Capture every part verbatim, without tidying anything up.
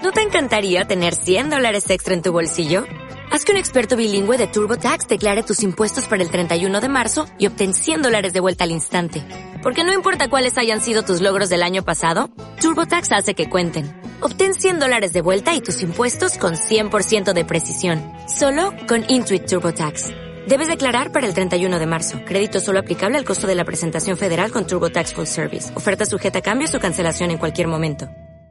¿No te encantaría tener cien dólares extra en tu bolsillo? Haz que un experto bilingüe de TurboTax declare tus impuestos para el treinta y uno de marzo y obtén cien dólares de vuelta al instante. Porque no importa cuáles hayan sido tus logros del año pasado, TurboTax hace que cuenten. Obtén cien dólares de vuelta y tus impuestos con cien por ciento de precisión. Solo con Intuit TurboTax. Debes declarar para el treinta y uno de marzo. Crédito solo aplicable al costo de la presentación federal con TurboTax Full Service. Oferta sujeta a cambios o cancelación en cualquier momento.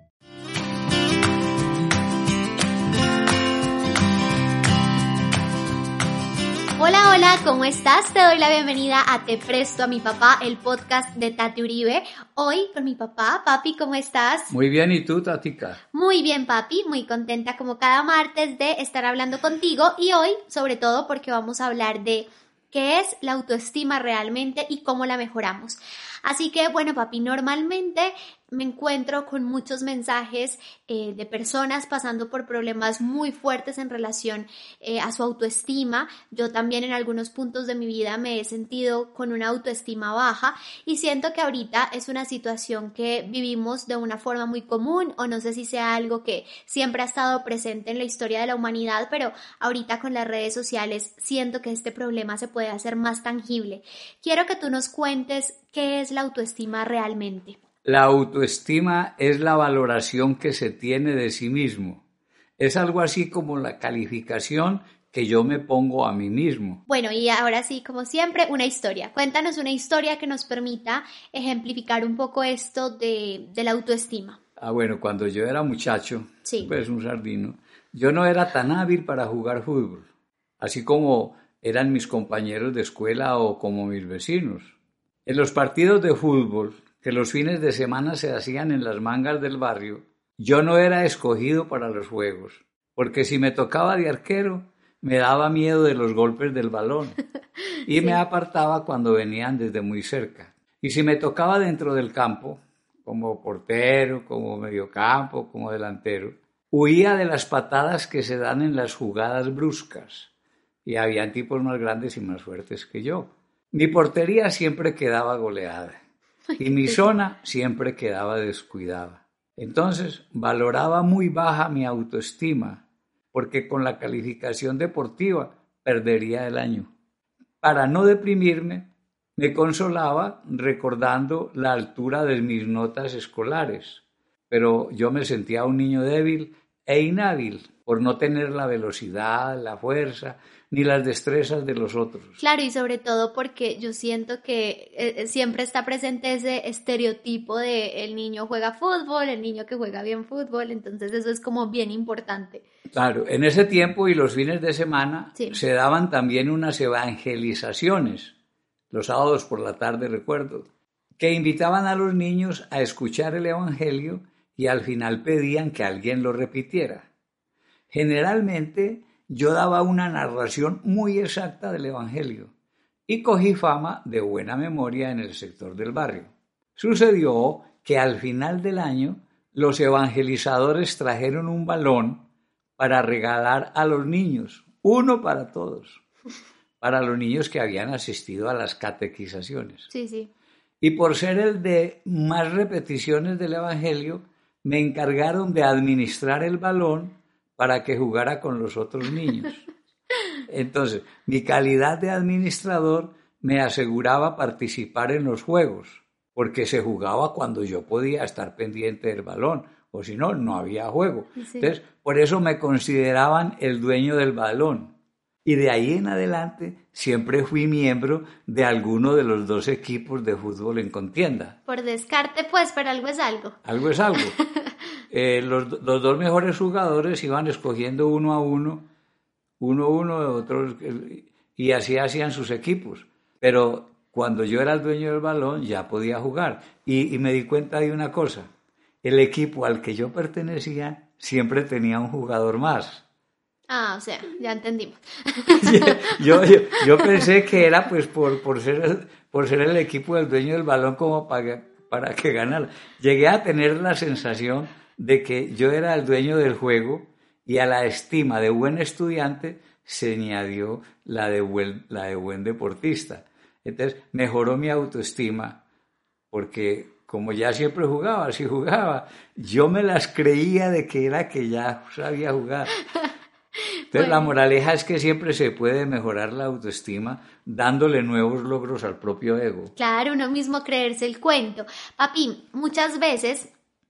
Hola, hola, ¿cómo estás? Te doy la bienvenida a Te Presto a mi papá, el podcast de Tati Uribe. Hoy con mi papá. Papi, ¿cómo estás? Muy bien, ¿y tú, Tatica? Muy bien, papi, muy contenta como cada martes de estar hablando contigo y hoy, sobre todo, porque vamos a hablar de qué es la autoestima realmente y cómo la mejoramos. Así que, bueno, papi, normalmente me encuentro con muchos mensajes eh, de personas pasando por problemas muy fuertes en relación eh, a su autoestima. Yo también en algunos puntos de mi vida me he sentido con una autoestima baja y siento que ahorita es una situación que vivimos de una forma muy común, o no sé si sea algo que siempre ha estado presente en la historia de la humanidad, pero ahorita con las redes sociales siento que este problema se puede hacer más tangible. Quiero que tú nos cuentes qué es la autoestima realmente. La autoestima es la valoración que se tiene de sí mismo. Es algo así como la calificación que yo me pongo a mí mismo. Bueno, y ahora sí, como siempre, una historia. Cuéntanos una historia que nos permita ejemplificar un poco esto de, de la autoestima. Ah, bueno, cuando yo era muchacho, sí. pues un sardino, yo no era tan hábil para jugar fútbol, así como eran mis compañeros de escuela o como mis vecinos. En los partidos de fútbol, que los fines de semana se hacían en las mangas del barrio, yo no era escogido para los juegos, porque si me tocaba de arquero, me daba miedo de los golpes del balón y sí. me apartaba cuando venían desde muy cerca. Y si me tocaba dentro del campo, como portero, como mediocampo, como delantero, huía de las patadas que se dan en las jugadas bruscas, y habían tipos más grandes y más fuertes que yo. Mi portería siempre quedaba goleada. Y mi zona siempre quedaba descuidada. Entonces valoraba muy baja mi autoestima, porque con la calificación deportiva perdería el año. Para no deprimirme, me consolaba recordando la altura de mis notas escolares, pero yo me sentía un niño débil e inhábil por no tener la velocidad, la fuerza, ni las destrezas de los otros. Claro, y sobre todo porque yo siento que eh, siempre está presente ese estereotipo de el niño juega fútbol, el niño que juega bien fútbol, entonces eso es como bien importante. Claro, en ese tiempo y los fines de semana sí. se daban también unas evangelizaciones, los sábados por la tarde recuerdo, que invitaban a los niños a escuchar el evangelio y al final pedían que alguien lo repitiera. Generalmente yo daba una narración muy exacta del evangelio y cogí fama de buena memoria en el sector del barrio. Sucedió que al final del año los evangelizadores trajeron un balón para regalar a los niños, uno para todos, para los niños que habían asistido a las catequizaciones. Sí, sí. Y por ser el de más repeticiones del evangelio, me encargaron de administrar el balón para que jugara con los otros niños. Entonces, mi calidad de administrador me aseguraba participar en los juegos, porque se jugaba cuando yo podía estar pendiente del balón, o si no, no había juego. Sí. Entonces, por eso me consideraban el dueño del balón. Y de ahí en adelante siempre fui miembro de alguno de los dos equipos de fútbol en contienda. Por descarte, pues, pero algo es algo. Algo es algo. Eh, los, los dos mejores jugadores iban escogiendo uno a uno, uno a uno, otros, y así hacían sus equipos. Pero cuando yo era el dueño del balón ya podía jugar. Y, y me di cuenta de una cosa, el equipo al que yo pertenecía siempre tenía un jugador más. Ah, o sea, ya entendimos. yo, yo, yo pensé que era pues por, por, ser, por ser el equipo del dueño del balón como para, para que ganara. Llegué a tener la sensación de que yo era el dueño del juego y a la estima de buen estudiante se añadió la de buen, la de buen deportista. Entonces mejoró mi autoestima porque como ya siempre jugaba, así jugaba. Yo me las creía de que era que ya sabía jugar. Entonces, bueno, la moraleja es que siempre se puede mejorar la autoestima dándole nuevos logros al propio ego. Claro, uno mismo creerse el cuento. Papi, muchas veces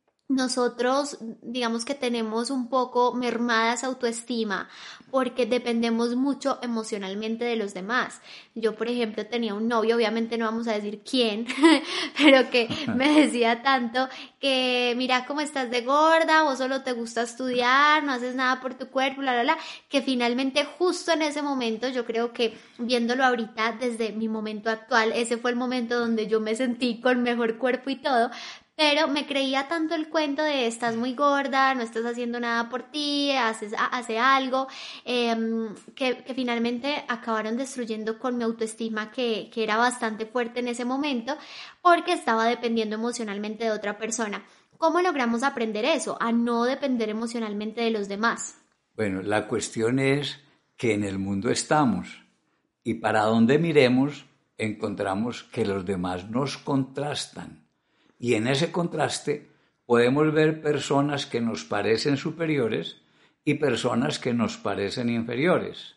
nosotros, digamos que tenemos un poco mermada esa autoestima porque dependemos mucho emocionalmente de los demás. Yo, por ejemplo, tenía un novio, obviamente no vamos a decir quién, pero que me decía tanto que mira cómo estás de gorda, vos solo te gusta estudiar, no haces nada por tu cuerpo, bla, bla, bla, que finalmente justo en ese momento, yo creo que viéndolo ahorita desde mi momento actual, ese fue el momento donde yo me sentí con mejor cuerpo y todo, pero me creía tanto el cuento de estás muy gorda, no estás haciendo nada por ti, haces, hace algo, eh, que, que finalmente acabaron destruyendo con mi autoestima que, que era bastante fuerte en ese momento porque estaba dependiendo emocionalmente de otra persona. ¿Cómo logramos aprender eso? A no depender emocionalmente de los demás. Bueno, la cuestión es que en el mundo estamos y para donde miremos encontramos que los demás nos contrastan. Y en ese contraste podemos ver personas que nos parecen superiores y personas que nos parecen inferiores.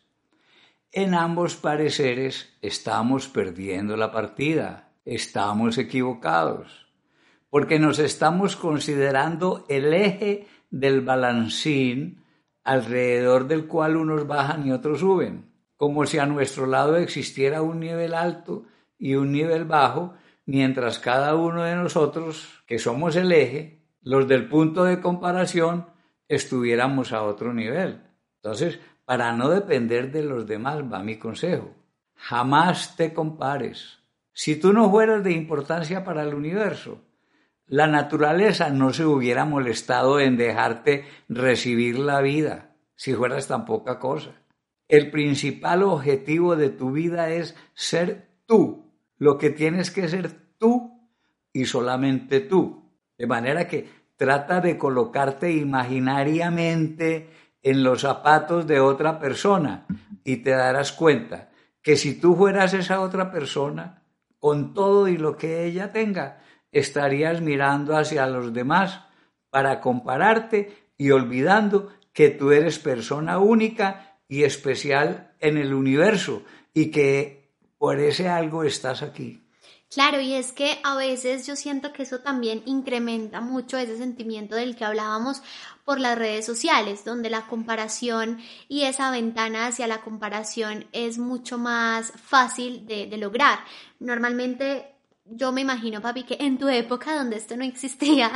En ambos pareceres estamos perdiendo la partida, estamos equivocados, porque nos estamos considerando el eje del balancín alrededor del cual unos bajan y otros suben, como si a nuestro lado existiera un nivel alto y un nivel bajo, mientras cada uno de nosotros, que somos el eje, los del punto de comparación, estuviéramos a otro nivel. Entonces, para no depender de los demás, va mi consejo. Jamás te compares. Si tú no fueras de importancia para el universo, la naturaleza no se hubiera molestado en dejarte recibir la vida, si fueras tan poca cosa. El principal objetivo de tu vida es ser tú. Lo que tienes que ser tú y solamente tú. De manera que trata de colocarte imaginariamente en los zapatos de otra persona y te darás cuenta que si tú fueras esa otra persona, con todo y lo que ella tenga, estarías mirando hacia los demás para compararte y olvidando que tú eres persona única y especial en el universo y que por ese algo estás aquí. Claro, y es que a veces yo siento que eso también incrementa mucho ese sentimiento del que hablábamos por las redes sociales, donde la comparación y esa ventana hacia la comparación es mucho más fácil de, de lograr. Normalmente yo me imagino, papi, que en tu época donde esto no existía,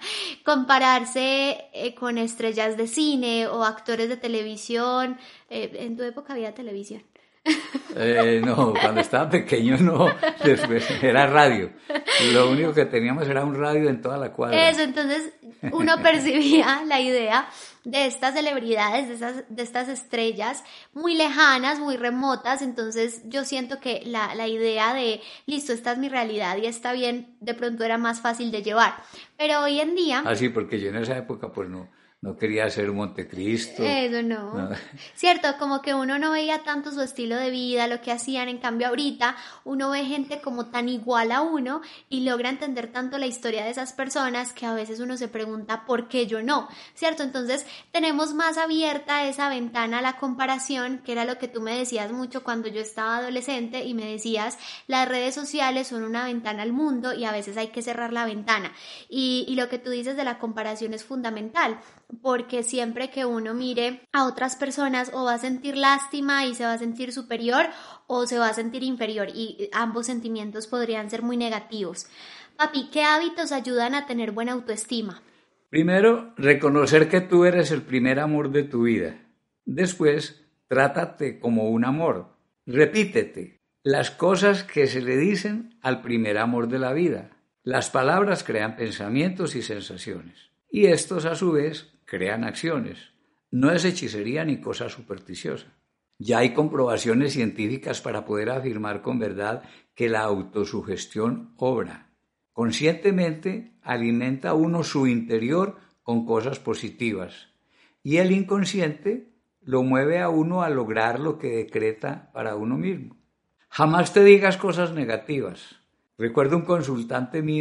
compararse eh, con estrellas de cine o actores de televisión, eh, en tu época había televisión. Eh, no, cuando estaba pequeño no, después era radio. Lo único que teníamos era un radio en toda la cuadra. Eso, entonces uno percibía la idea de estas celebridades, de, esas, de estas estrellas muy lejanas, muy remotas, entonces yo siento que la, la idea de, listo, esta es mi realidad y está bien, de pronto era más fácil de llevar. Pero hoy en día... Ah, sí, porque yo en esa época pues no... No quería ser Montecristo. Eso no. no. Cierto, como que uno no veía tanto su estilo de vida, lo que hacían. En cambio ahorita uno ve gente como tan igual a uno y logra entender tanto la historia de esas personas que a veces uno se pregunta ¿por qué yo no? ¿Cierto? Entonces tenemos más abierta esa ventana a la comparación, que era lo que tú me decías mucho cuando yo estaba adolescente y me decías, las redes sociales son una ventana al mundo y a veces hay que cerrar la ventana. Y, y lo que tú dices de la comparación es fundamental, porque siempre que uno mire a otras personas o va a sentir lástima y se va a sentir superior o se va a sentir inferior, y ambos sentimientos podrían ser muy negativos. Papi, ¿qué hábitos ayudan a tener buena autoestima? Primero, reconocer que tú eres el primer amor de tu vida. Después, trátate como un amor. Repítete las cosas que se le dicen al primer amor de la vida. Las palabras crean pensamientos y sensaciones, y estos a su vez crean acciones. No es hechicería ni cosa supersticiosa. Ya hay comprobaciones científicas para poder afirmar con verdad que la autosugestión obra. Conscientemente alimenta uno su interior con cosas positivas y el inconsciente lo mueve a uno a lograr lo que decreta para uno mismo. Jamás te digas cosas negativas. Recuerdo un consultante mío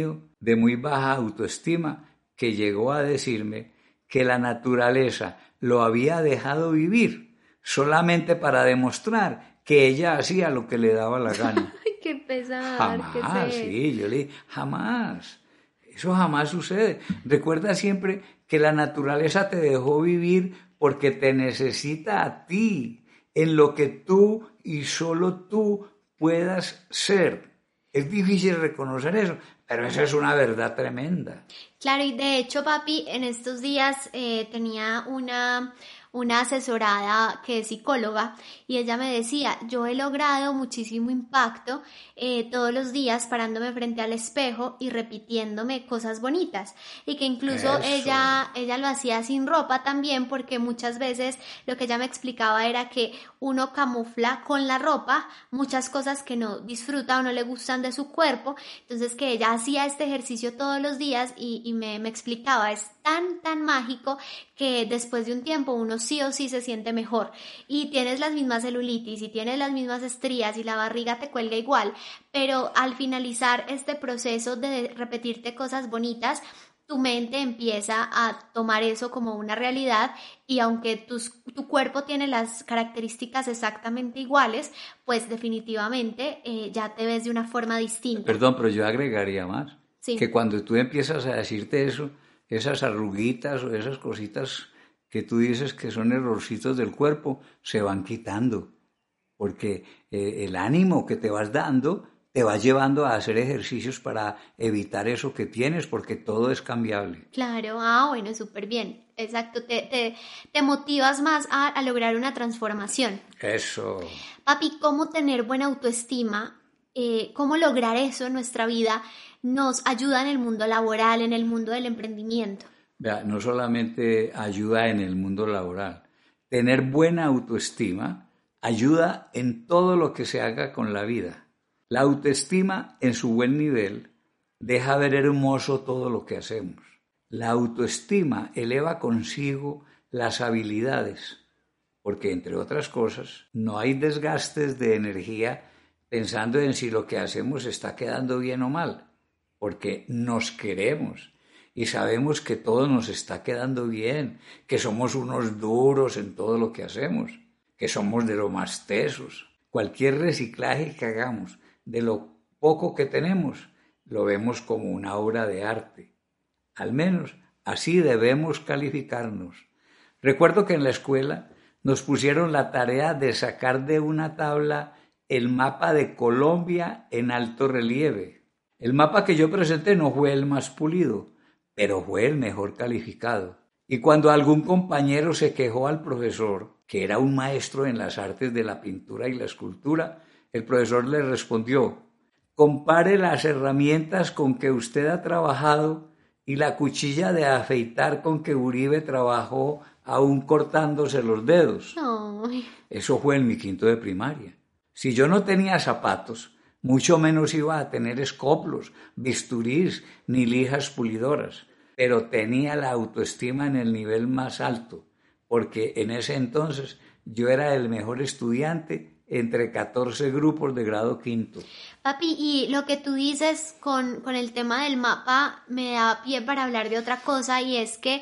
de muy baja autoestima que llegó a decirme que la naturaleza lo había dejado vivir solamente para demostrar que ella hacía lo que le daba la gana. Ay, qué pesar. Jamás, qué sed. sí, yo le dije, jamás. Eso jamás sucede. Recuerda siempre que la naturaleza te dejó vivir porque te necesita a ti, en lo que tú y solo tú puedas ser. Es difícil reconocer eso, pero esa es una verdad tremenda. Claro, y de hecho, papi, en estos días eh, tenía una, una asesorada que es psicóloga y ella me decía, yo he logrado muchísimo impacto eh, todos los días parándome frente al espejo y repitiéndome cosas bonitas, y que incluso Eso. ella, ella lo hacía sin ropa también, porque muchas veces lo que ella me explicaba era que uno camufla con la ropa muchas cosas que no disfruta o no le gustan de su cuerpo. Entonces que ella hacía este ejercicio todos los días y, y me, me explicaba, es tan tan mágico que después de un tiempo uno sí o sí se siente mejor, y tienes las mismas celulitis y tienes las mismas estrías y la barriga te cuelga igual, pero al finalizar este proceso de repetirte cosas bonitas, tu mente empieza a tomar eso como una realidad, y aunque tus, tu cuerpo tiene las características exactamente iguales, pues definitivamente eh, ya te ves de una forma distinta. Perdón, pero yo agregaría más. Sí. Que cuando tú empiezas a decirte eso, esas arruguitas o esas cositas que tú dices que son errorcitos del cuerpo, se van quitando. Porque eh, el ánimo que te vas dando te va llevando a hacer ejercicios para evitar eso que tienes, porque todo es cambiable. Claro, ah, bueno, súper bien, exacto, te, te, te motivas más a, a lograr una transformación. Eso. Papi, ¿cómo tener buena autoestima? Eh, ¿Cómo lograr eso en nuestra vida? Nos ayuda en el mundo laboral, en el mundo del emprendimiento. Vea, no solamente ayuda en el mundo laboral, tener buena autoestima ayuda en todo lo que se haga con la vida. La autoestima en su buen nivel deja ver hermoso todo lo que hacemos. La autoestima eleva consigo las habilidades, porque entre otras cosas no hay desgastes de energía pensando en si lo que hacemos está quedando bien o mal, porque nos queremos y sabemos que todo nos está quedando bien, que somos unos duros en todo lo que hacemos, que somos de lo más tesos. Cualquier reciclaje que hagamos de lo poco que tenemos, lo vemos como una obra de arte. Al menos así debemos calificarnos. Recuerdo que en la escuela nos pusieron la tarea de sacar de una tabla el mapa de Colombia en alto relieve. El mapa que yo presenté no fue el más pulido, pero fue el mejor calificado. Y cuando algún compañero se quejó al profesor, que era un maestro en las artes de la pintura y la escultura, el profesor le respondió, compare las herramientas con que usted ha trabajado y la cuchilla de afeitar con que Uribe trabajó aún cortándose los dedos. Ay. Eso fue en mi quinto de primaria. Si yo no tenía zapatos, mucho menos iba a tener escoplos, bisturís ni lijas pulidoras, pero tenía la autoestima en el nivel más alto, porque en ese entonces yo era el mejor estudiante entre catorce grupos de grado quinto. Papi, y lo que tú dices con, con el tema del mapa me da pie para hablar de otra cosa, y es que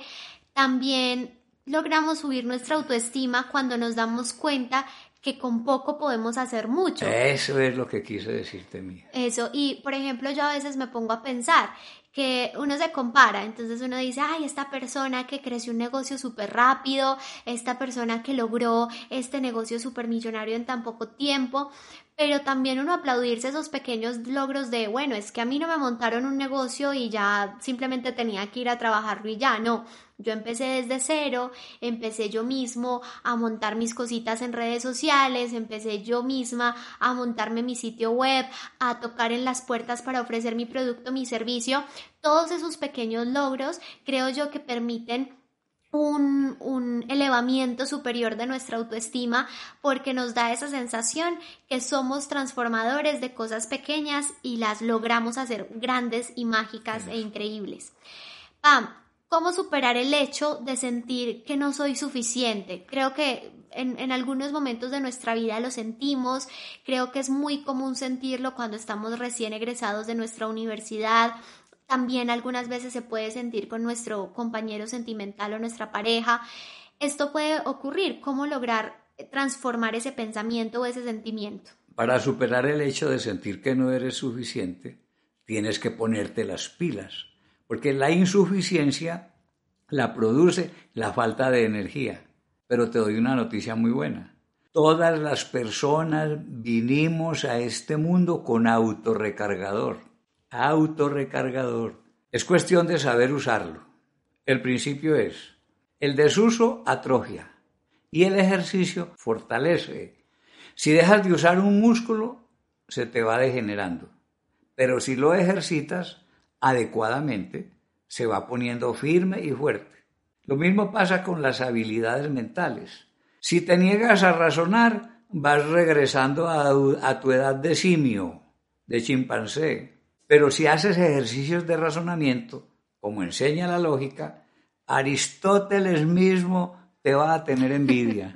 también logramos subir nuestra autoestima cuando nos damos cuenta que con poco podemos hacer mucho. Eso es lo que quise decirte, mía. Eso, y por ejemplo yo a veces me pongo a pensar que uno se compara, entonces uno dice, ay, esta persona que creció un negocio súper rápido, esta persona que logró este negocio súper millonario en tan poco tiempo, pero también uno aplaudirse esos pequeños logros de, bueno, es que a mí no me montaron un negocio y ya simplemente tenía que ir a trabajarlo y ya, no. Yo empecé desde cero, empecé yo mismo a montar mis cositas en redes sociales, empecé yo misma a montarme mi sitio web, a tocar en las puertas para ofrecer mi producto, mi servicio. Todos esos pequeños logros creo yo que permiten Un, un elevamiento superior de nuestra autoestima, porque nos da esa sensación que somos transformadores de cosas pequeñas y las logramos hacer grandes y mágicas e increíbles. Pam, ¿cómo superar el hecho de sentir que no soy suficiente? Creo que en, en algunos momentos de nuestra vida lo sentimos, creo que es muy común sentirlo cuando estamos recién egresados de nuestra universidad. también algunas veces se puede sentir con nuestro compañero sentimental o nuestra pareja. Esto puede ocurrir. ¿Cómo lograr transformar ese pensamiento o ese sentimiento? Para superar el hecho de sentir que no eres suficiente, tienes que ponerte las pilas, porque la insuficiencia la produce la falta de energía. Pero te doy una noticia muy buena. Todas las personas vinimos a este mundo con autorrecargador. Autorrecargador. Es cuestión de saber usarlo. El principio es, el desuso atrofia y el ejercicio fortalece. Si dejas de usar un músculo, se te va degenerando. Pero si lo ejercitas adecuadamente, se va poniendo firme y fuerte. Lo mismo pasa con las habilidades mentales. Si te niegas a razonar, vas regresando a, a tu edad de simio, de chimpancé. Pero si haces ejercicios de razonamiento, como enseña la lógica, Aristóteles mismo te va a tener envidia.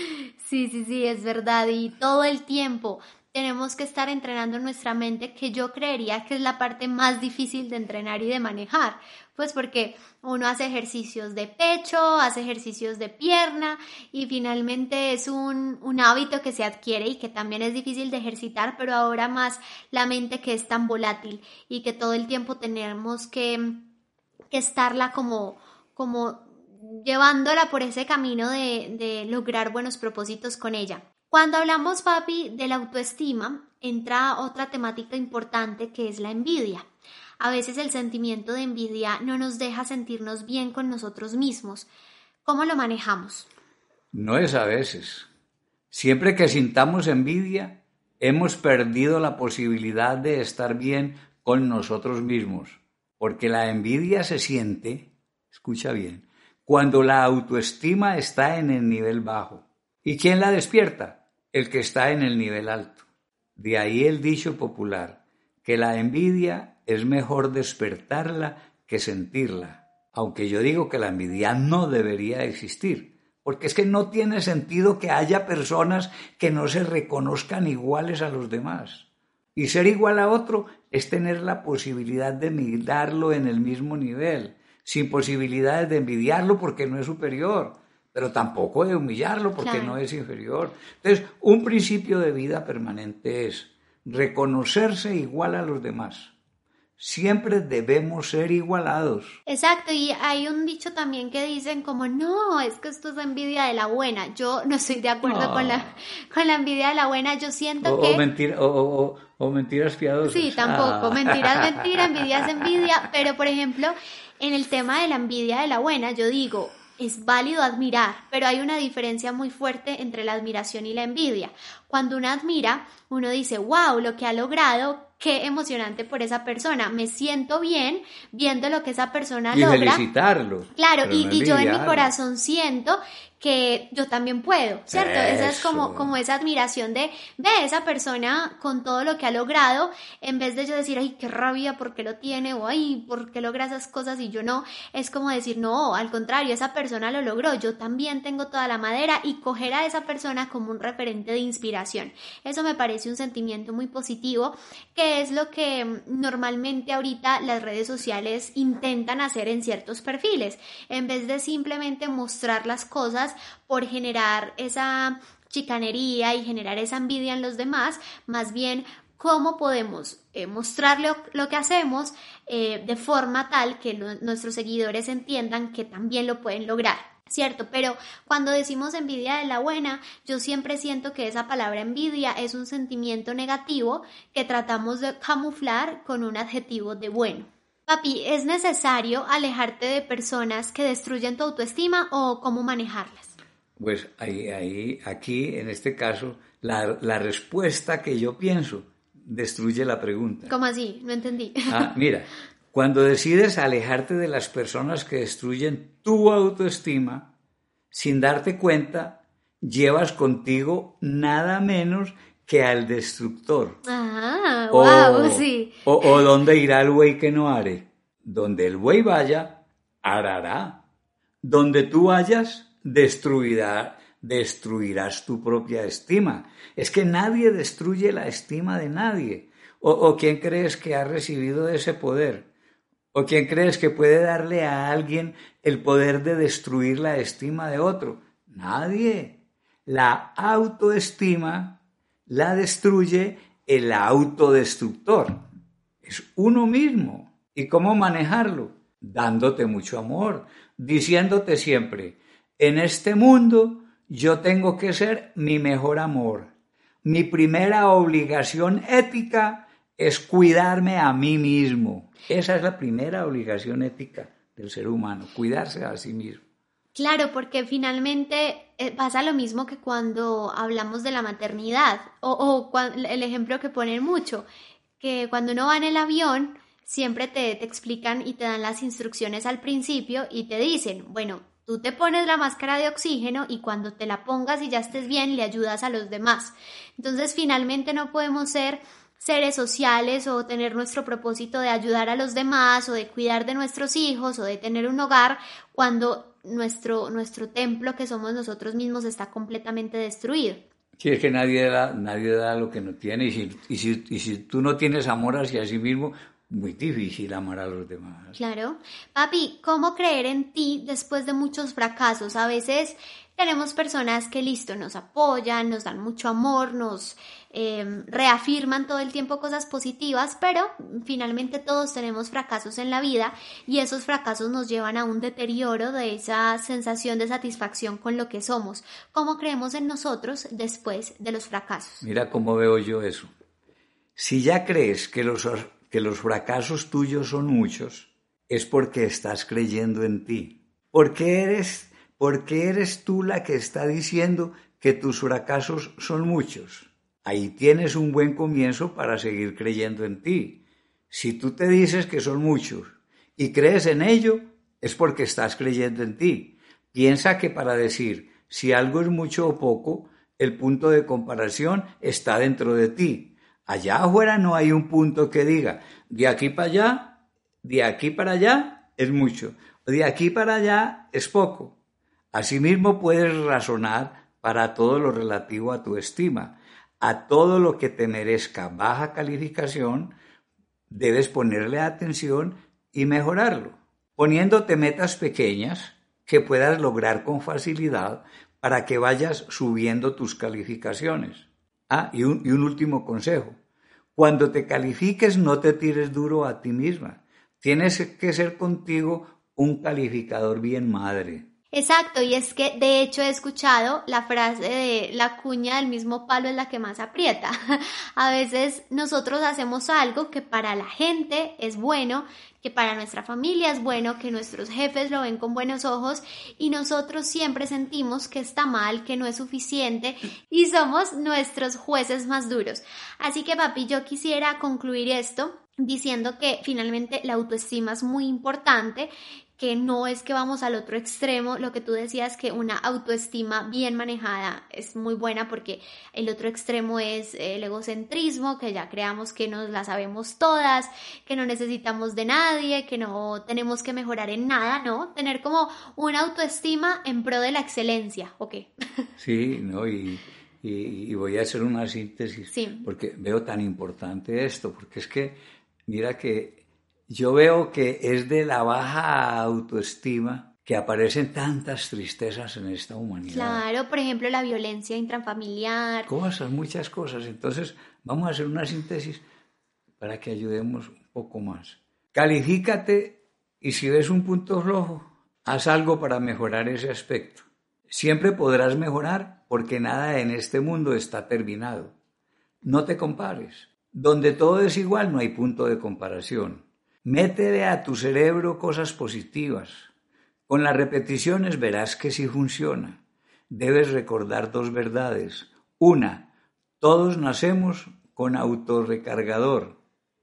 Sí, sí, sí, es verdad. Y todo el tiempo tenemos que estar entrenando nuestra mente, que yo creería que es la parte más difícil de entrenar y de manejar. Pues porque uno hace ejercicios de pecho, hace ejercicios de pierna y finalmente es un, un hábito que se adquiere y que también es difícil de ejercitar, pero ahora más la mente que es tan volátil y que todo el tiempo tenemos que, que estarla como, como llevándola por ese camino de, de lograr buenos propósitos con ella. Cuando hablamos, papi, de la autoestima, entra otra temática importante que es la envidia. A veces el sentimiento de envidia no nos deja sentirnos bien con nosotros mismos. ¿Cómo lo manejamos? No es a veces. Siempre que sintamos envidia, hemos perdido la posibilidad de estar bien con nosotros mismos. Porque la envidia se siente, escucha bien, cuando la autoestima está en el nivel bajo. ¿Y quién la despierta? El que está en el nivel alto. De ahí el dicho popular, que la envidia es mejor despertarla que sentirla. Aunque yo digo que la envidia no debería existir, porque es que no tiene sentido que haya personas que no se reconozcan iguales a los demás. Y ser igual a otro es tener la posibilidad de mirarlo en el mismo nivel, sin posibilidades de envidiarlo porque no es superior, pero tampoco de humillarlo porque Claro. no es inferior. Entonces, un principio de vida permanente es reconocerse igual a los demás. Siempre debemos ser igualados. Exacto, y hay un dicho también que dicen como, no, es que esto es envidia de la buena. Yo no estoy de acuerdo No. con la, con la envidia de la buena. Yo siento O, que... o, mentira, o, o, o mentiras piadosas. Sí, tampoco. Ah. Mentira es mentira, envidia es envidia. Pero, por ejemplo, en el tema de la envidia de la buena, yo digo, es válido admirar, pero hay una diferencia muy fuerte entre la admiración y la envidia. Cuando uno admira, uno dice, wow, lo que ha logrado, qué emocionante por esa persona. Me siento bien viendo lo que esa persona y logra. felicitarlo. Claro, pero y, no y yo en mi envidiarlo. corazón siento que yo también puedo, ¿cierto? Esa es como, Eso. como esa admiración de, ve, esa persona con todo lo que ha logrado, en vez de yo decir, ay, qué rabia, ¿por qué lo tiene? O ay, ¿por qué logra esas cosas y yo no? Es como decir, no, al contrario, esa persona lo logró, yo también tengo toda la madera y coger a esa persona como un referente de inspiración. Eso me parece un sentimiento muy positivo, que es lo que normalmente ahorita las redes sociales intentan hacer en ciertos perfiles, en vez de simplemente mostrar las cosas por generar esa chicanería y generar esa envidia en los demás, más bien cómo podemos eh, mostrar lo, lo que hacemos eh, de forma tal que lo, nuestros seguidores entiendan que también lo pueden lograr. Cierto, pero cuando decimos envidia de la buena, yo siempre siento que esa palabra envidia es un sentimiento negativo que tratamos de camuflar con un adjetivo de bueno. Papi, ¿es necesario alejarte de personas que destruyen tu autoestima o cómo manejarlas? Pues ahí, ahí, aquí, en este caso, la, la respuesta que yo pienso destruye la pregunta. ¿Cómo así? No entendí. Ah, mira, cuando decides alejarte de las personas que destruyen tu autoestima, sin darte cuenta, llevas contigo nada menos que al destructor. Ah, O, wow, sí. o, o ¿dónde irá el buey que no are? Donde el buey vaya, arará. Donde tú vayas, destruirá, destruirás tu propia estima. Es que nadie destruye la estima de nadie. ¿O, o quién crees que ha recibido ese poder? ¿O quién crees que puede darle a alguien el poder de destruir la estima de otro? Nadie. La autoestima la destruye el autodestructor. Es uno mismo. ¿Y cómo manejarlo? Dándote mucho amor, diciéndote siempre, en este mundo yo tengo que ser mi mejor amor. Mi primera obligación ética es cuidarme a mí mismo. Esa es la primera obligación ética del ser humano, cuidarse a sí mismo. Claro, porque finalmente eh, pasa lo mismo que cuando hablamos de la maternidad, o, o cuan- el ejemplo que ponen mucho, que cuando uno va en el avión, siempre te, te explican y te dan las instrucciones al principio y te dicen, bueno, tú te pones la máscara de oxígeno y cuando te la pongas y ya estés bien, le ayudas a los demás. Entonces, finalmente no podemos ser seres sociales o tener nuestro propósito de ayudar a los demás o de cuidar de nuestros hijos o de tener un hogar cuando nuestro, nuestro templo que somos nosotros mismos está completamente destruido. Sí, es que nadie da, nadie da lo que no tiene y si, y, si, y si tú no tienes amor hacia sí mismo, muy difícil amar a los demás. Claro. Papi, ¿cómo creer en ti después de muchos fracasos? A veces tenemos personas que, listo, nos apoyan, nos dan mucho amor, nos eh, reafirman todo el tiempo cosas positivas, pero finalmente todos tenemos fracasos en la vida y esos fracasos nos llevan a un deterioro de esa sensación de satisfacción con lo que somos. ¿Cómo creemos en nosotros después de los fracasos? Mira cómo veo yo eso. Si ya crees que los, que los fracasos tuyos son muchos, es porque estás creyendo en ti. Porque eres, porque eres tú la que está diciendo que tus fracasos son muchos. Ahí tienes un buen comienzo para seguir creyendo en ti. Si tú te dices que son muchos y crees en ello, es porque estás creyendo en ti. Piensa que para decir si algo es mucho o poco, el punto de comparación está dentro de ti. Allá afuera no hay un punto que diga, de aquí para allá, de aquí para allá es mucho, de aquí para allá es poco. Asimismo puedes razonar para todo lo relativo a tu estima. A todo lo que te merezca baja calificación, debes ponerle atención y mejorarlo, poniéndote metas pequeñas que puedas lograr con facilidad para que vayas subiendo tus calificaciones. Ah, y un, y un último consejo. Cuando te califiques, no te tires duro a ti misma. Tienes que ser contigo un calificador bien madre. Exacto, y es que de hecho he escuchado la frase de la cuña del mismo palo es la que más aprieta. A veces nosotros hacemos algo que para la gente es bueno, que para nuestra familia es bueno, que nuestros jefes lo ven con buenos ojos y nosotros siempre sentimos que está mal, que no es suficiente y somos nuestros jueces más duros. Así que papi, yo quisiera concluir esto diciendo que finalmente la autoestima es muy importante, que no es que vamos al otro extremo, lo que tú decías que una autoestima bien manejada es muy buena porque el otro extremo es el egocentrismo, que ya creamos que nos la sabemos todas, que no necesitamos de nadie, que no tenemos que mejorar en nada, ¿no? Tener como una autoestima en pro de la excelencia, ¿ok? Sí, ¿no? Y, y, y voy a hacer una síntesis Sí. porque veo tan importante esto, porque es que, mira que yo veo que es de la baja autoestima que aparecen tantas tristezas en esta humanidad. Claro, por ejemplo, la violencia intrafamiliar. Cosas, muchas cosas. Entonces, vamos a hacer una síntesis para que ayudemos un poco más. Califícate y si ves un punto flojo, haz algo para mejorar ese aspecto. Siempre podrás mejorar porque nada en este mundo está terminado. No te compares. Donde todo es igual, no hay punto de comparación. Métele a tu cerebro cosas positivas. Con las repeticiones verás que sí funciona. Debes recordar dos verdades. Una, todos nacemos con autorrecargador.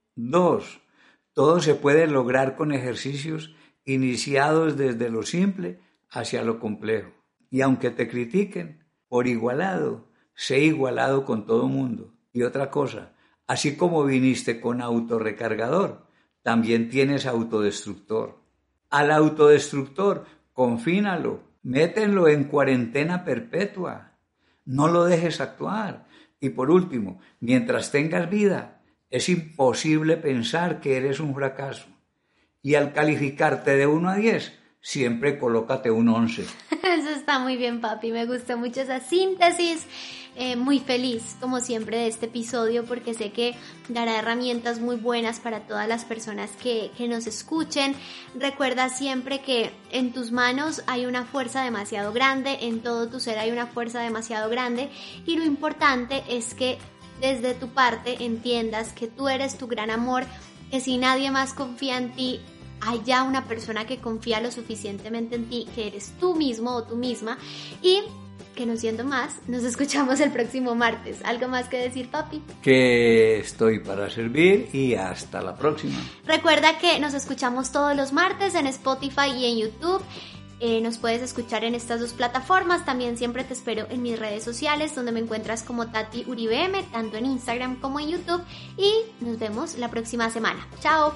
Dos, todo se puede lograr con ejercicios iniciados desde lo simple hacia lo complejo. Y aunque te critiquen, por igualado, sé igualado con todo mundo. Y otra cosa, así como viniste con autorrecargador, también tienes autodestructor. Al autodestructor, confínalo, métenlo en cuarentena perpetua. No lo dejes actuar. Y por último, mientras tengas vida, es imposible pensar que eres un fracaso. Y al calificarte de uno a diez, siempre colócate un once. Eso está muy bien, papi. Me gustó mucho esa síntesis. Eh, muy feliz, como siempre, de este episodio porque sé que dará herramientas muy buenas para todas las personas que, que nos escuchen. Recuerda siempre que en tus manos hay una fuerza demasiado grande, en todo tu ser hay una fuerza demasiado grande y lo importante es que desde tu parte entiendas que tú eres tu gran amor, que si nadie más confía en ti, hay ya una persona que confía lo suficientemente en ti, que eres tú mismo o tú misma, y que no siendo más, nos escuchamos el próximo martes. ¿Algo más que decir, papi? Que estoy para servir y hasta la próxima. Recuerda que nos escuchamos todos los martes en Spotify y en YouTube. Eh, nos puedes escuchar en estas dos plataformas. También siempre te espero en mis redes sociales, donde me encuentras como Tati Uribe M, tanto en Instagram como en YouTube. Y nos vemos la próxima semana. ¡Chao!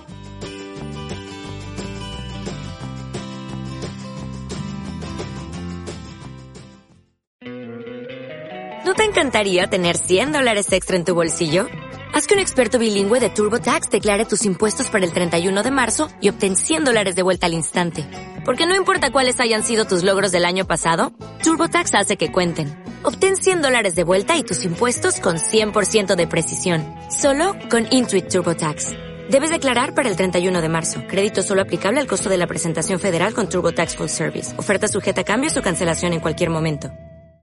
¿No te encantaría tener cien dólares extra en tu bolsillo? Haz que un experto bilingüe de TurboTax declare tus impuestos para el treinta y uno de marzo y obtén cien dólares de vuelta al instante. Porque no importa cuáles hayan sido tus logros del año pasado, TurboTax hace que cuenten. Obtén cien dólares de vuelta y tus impuestos con cien por ciento de precisión. Solo con Intuit TurboTax. Debes declarar para el treinta y uno de marzo. Crédito solo aplicable al costo de la presentación federal con TurboTax Full Service. Oferta sujeta a cambios o cancelación en cualquier momento.